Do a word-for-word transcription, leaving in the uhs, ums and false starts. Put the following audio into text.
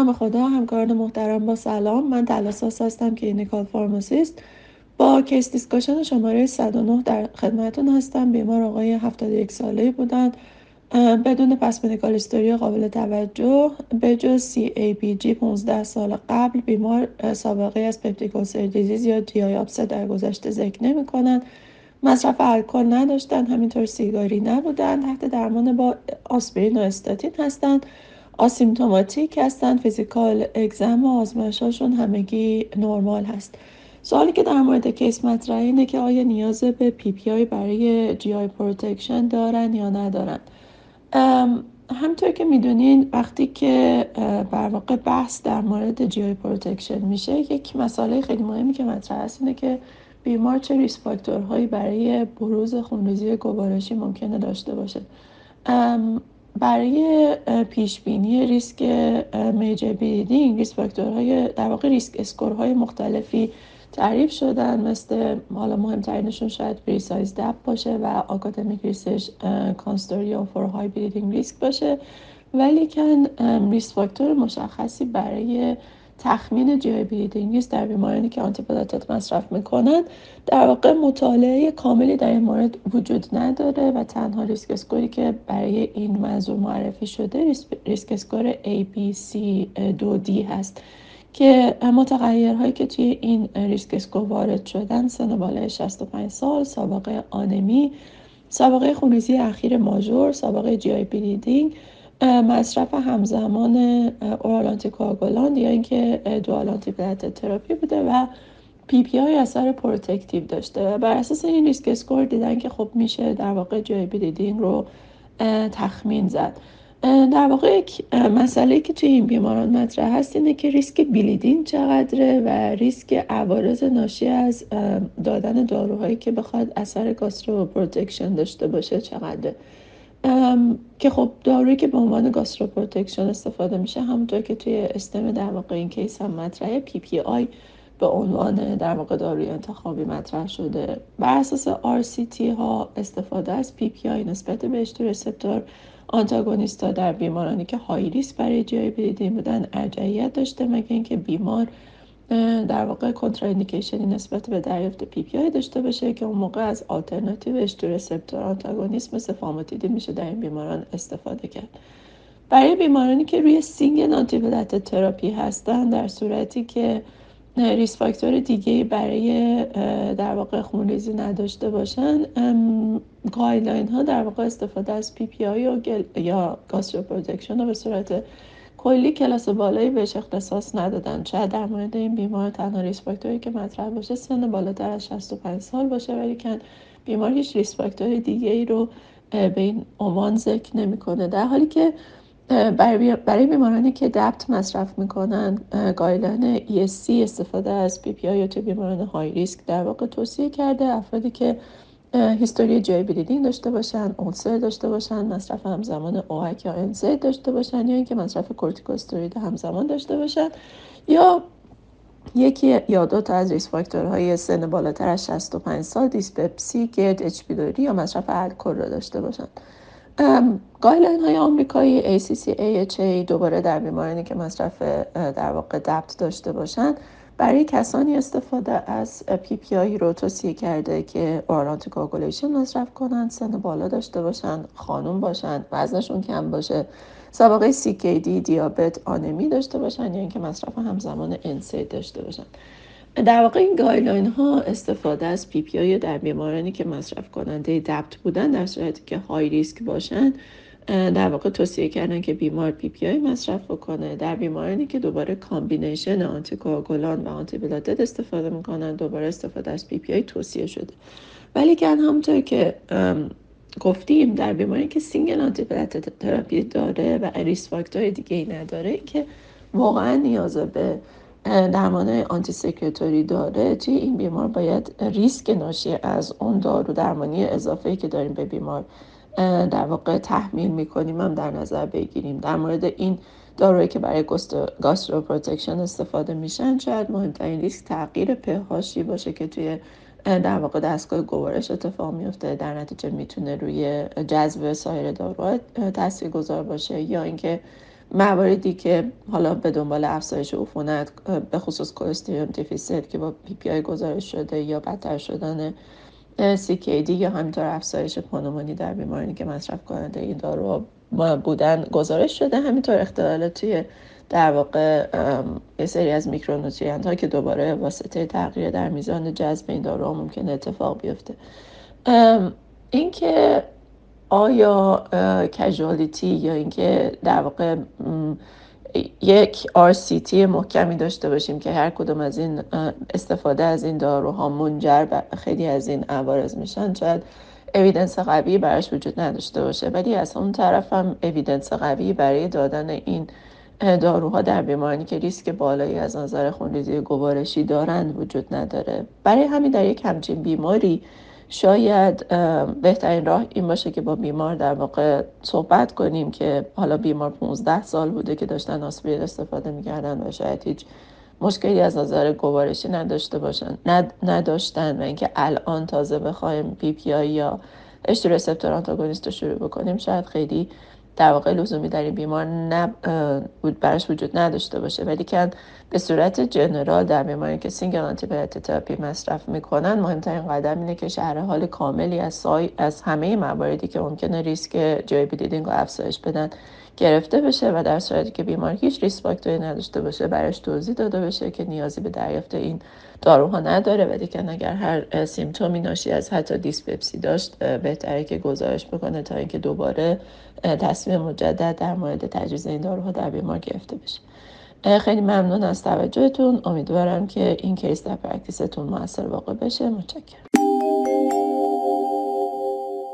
نام خدا. همکاران محترم با سلام. من تلاساس هستم، کلینیکال فارماسیست. با کیس دیسکاشن شماره صد و نه در خدمتون هستم. بیمار آقای هفتاد و یک ساله‌ای بودند بدون پس مدیکال هیستوری قابل توجه به جز سی ای بی جی پانزده سال قبل. بیمار سابقه از پپتیک ألسر دیزیز یا جی آی آپست در گذشته ذکر نمی کنند. مصرف الکل نداشتن، همینطور سیگاری نبودن. تحت درمان با آسپرین و استاتین هستند. آسیمتوماتیک هستند. فیزیکال اگزم و آزمایشاشون همگی نرمال هست. سوالی که در مورد کیس مطرحه اینه که آیا نیاز به پی پی آی برای جی آی پروتکشن دارن یا ندارن. همطور که میدونین وقتی که بر واقع بحث در مورد جی آی پروتکشن میشه، یک مسئله خیلی مهمی که مطرح است اینه که بیمار چه ریسک فاکتورهایی برای بروز خونریزی گوارشی ممکنه داشته باشه. برای پیش بینی ریسک میجر بلیدینگ ریسک فاکتورهای در واقع ریسک اسکورهای مختلفی تعریف شدن، مثل حالا مهمترینشون شاید پریسایز دپ باشه و آکادمیک ریسرچ کانستوریوم فور های بلیدینگ ریسک باشه، ولی کن ریسک فاکتور مشخصی برای تخمین جی آی بلیدینگ ریسک در بیمارانی که آنتی پلاتلت مصرف میکنن در واقع مطالعه کاملی در این مورد وجود نداره و تنها ریسک اسکوری که برای این منظور معرفی شده ریسک اسکور ای بی سی دو دی هست که متغیرهایی که توی این ریسک اسکور وارد شدن: سن بالای شصت و پنج سال، سابقه آنمی، سابقه خونریزی اخیر ماژور، سابقه جی آی بلیدینگ، مصرف همزمان اورال آنتیکواگولانت یا اینکه دوال آنتی پلاتلت تراپی بوده و پی پی آی اثر پروتکتیو داشته. و بر اساس این ریسک اسکور دیدن که خب میشه در واقع جی آی بلیدینگ رو تخمین زد. در واقع یک مسئله که توی این بیماران مطرح هست اینه که ریسک بلیدینگ چقدره و ریسک عوارض ناشی از دادن داروهایی که بخواد اثر گاسترو پروتکشن داشته باشه چقدره. که خب دارویی که به عنوان گاسترو پروتکشن استفاده میشه همونطور که توی استم در واقع این کیس هم مطرحه، پی پی آی به عنوان در واقع داروی انتخابی مطرح شده. بر اساس آر سی تی ها استفاده از پی پی آی نسبت به اچ دو ریسپتور آنتاگونیست ها در بیمارانی که های ریسک برای جی آی بلیدینگ بودن ارجحیت داشته، مگه اینکه بیمار در واقع کنتراندیکیشنی نسبت به دریافت پی پی آی داشته باشه که اون موقع از آلترناتیو اچ دو ریسپتور آنتاگونیست مثل فاموتیدین میشه در این بیماران استفاده کرد. برای بیمارانی که روی سینگل آنتی پلاتلت تراپی هستن، در صورتی که ریسک فاکتور دیگه برای در واقع خونریزی نداشته باشن، گایدلاین ها در واقع استفاده از پی پی آی یا گاسترو پروتکشن رو به صورت کلی کلاس بالایی بهش اختصاص ندادن. شاید در مورد این بیمار تنها ریسک فاکتوری که مطرح باشه سن بالاتر از شصت و پنج سال باشه، ولی که بیمار هیچ ریسک فاکتور دیگه ای رو به این عنوان ذکر نمیکنه. در حالی که برای برای بیمارانی که دپت مصرف میکنن، گایدلاین ای اس سی استفاده از پی پی آی یا تو بیماران های ریسک در واقع توصیه کرده افرادی که هیستوری جی آی بلیدینگ داشته باشن، اولسر داشته باشن، مصرف همزمان اوآک یا انزاید داشته باشن، یا اینکه مصرف کورتیکوستروید همزمان داشته باشن، یا یکی یا دو تا از ریسک فاکتورهای سن بالاتر از شصت و پنج سال، دیسپپسی، گرد، اچ پیلوری یا مصرف الکل را داشته باشن. گایدلاین های آمریکایی ای سی سی ای اچ ای دوباره در بیمارانی که مصرف در واقع دپت داشته باشن برای کسانی استفاده از پی پی آی رو توصیه کرده که اورال آنتیکواگولیشن مصرف کنن، سن بالا داشته باشن، خانم باشن، وزنشون کم باشه، سابقه سی کی دی، دیابت، آنمی داشته باشن، یا اینکه مصرف همزمان انساید داشته باشن. در واقع این گایدلاین ها استفاده از پی پی آی در بیمارانی که مصرف کننده دپت بودن در صورتی که های ریسک باشن در واقع توصیه کردن که بیمار پی پی آی مصرف کنه. در بیمارانی که دوباره کامبینیشن آنتیکواگولان و آنتی پلاتلت استفاده میکنن دوباره استفاده از پی پی آی توصیه شده. ولی که همونطور که گفتیم در بیماری که سینگل آنتی پلاتلت تراپی داره و ریسک فاکتور دیگه ای نداره که واقعا نیاز به درمان آنتی سکرتوری داره، توی این بیمار باید ریسک ناشی از اون دارو درمانی اضافه‌ای که داریم به بیمار در واقع تحمیل میکنیم هم در نظر بگیریم. در مورد این دارویی که برای گاسترو پروتکشن استفاده میشن شاید مهمترین ریسک تغییر په‌هاشی باشه که توی در واقع دستگاه گوارش اتفاق میفته، در نتیجه میتونه روی جذب سایر داروها تاثیرگذار باشه، یا اینکه مواردی که حالا به دنبال افزایش عفونت به خصوص کلسترول دیفیسیت که با پی پی آی گزارش شده یا بدتر شدن سی کی دی یا همینطور افزایش پنومونی در بیمارانی که مصرف کننده این دارو بودن گزارش شده. همینطور اختلالات توی در واقع یه سری از میکرونوتریانت ها که دوباره واسطه تغییر در میزان جذب این داروها ممکنه اتفاق بیفته. اینکه آیا کژوالیتی یا اینکه در واقع یک آر سی تی محکمی داشته باشیم که هر کدوم از این استفاده از این داروها منجر به خیلی از این عوارض میشن، شاید اویدنس قوی براش وجود نداشته باشه، ولی از اون طرف هم اویدنس قوی برای دادن این داروها در بیمارانی که ریسک بالایی از نظر خونریزی گوارشی دارند وجود نداره. برای همین در یک همچین بیماری شاید بهترین راه این باشه که با بیمار در واقع صحبت کنیم که حالا بیمار پانزده سال بوده که داشتن آسپرین استفاده میکردن و شاید هیچ مشکلی از نظر گوارشی نداشته باشن ند نداشتن و اینکه الان تازه بخوایم پی پی آی یا اچ دو ریسپتور آنتاگونیست رو شروع بکنیم شاید خیلی در واقع لزومی در این بیمار نه بود براش وجود نداشته باشه، ولی که به صورت جنرال در بیماری که سینگل آنتی بیوتیک تراپی مصرف میکنن مهمترین قدم اینه که شرح حال کاملی از سای از همه مواردی که ممکنه ریسک جی بی بلیدینگ رو افزایش بدن گرفته بشه و در صورتی که بیمار هیچ ریسک فاکتوری نداشته باشه براش توضیح داده بشه که نیازی به دریافت این داروها نداره، ولی که اگر هر سیمتومی ناشی از حتی دیسپپسی داشت بهتره که گزارش بکنه تا اینکه دوباره تصمیم مجدد در مورد تجویز این داروها در بیمار گرفته بشه. خیلی ممنون از توجهتون. امیدوارم که این کیس در پرکتیستون موثر واقع بشه. متشکرم.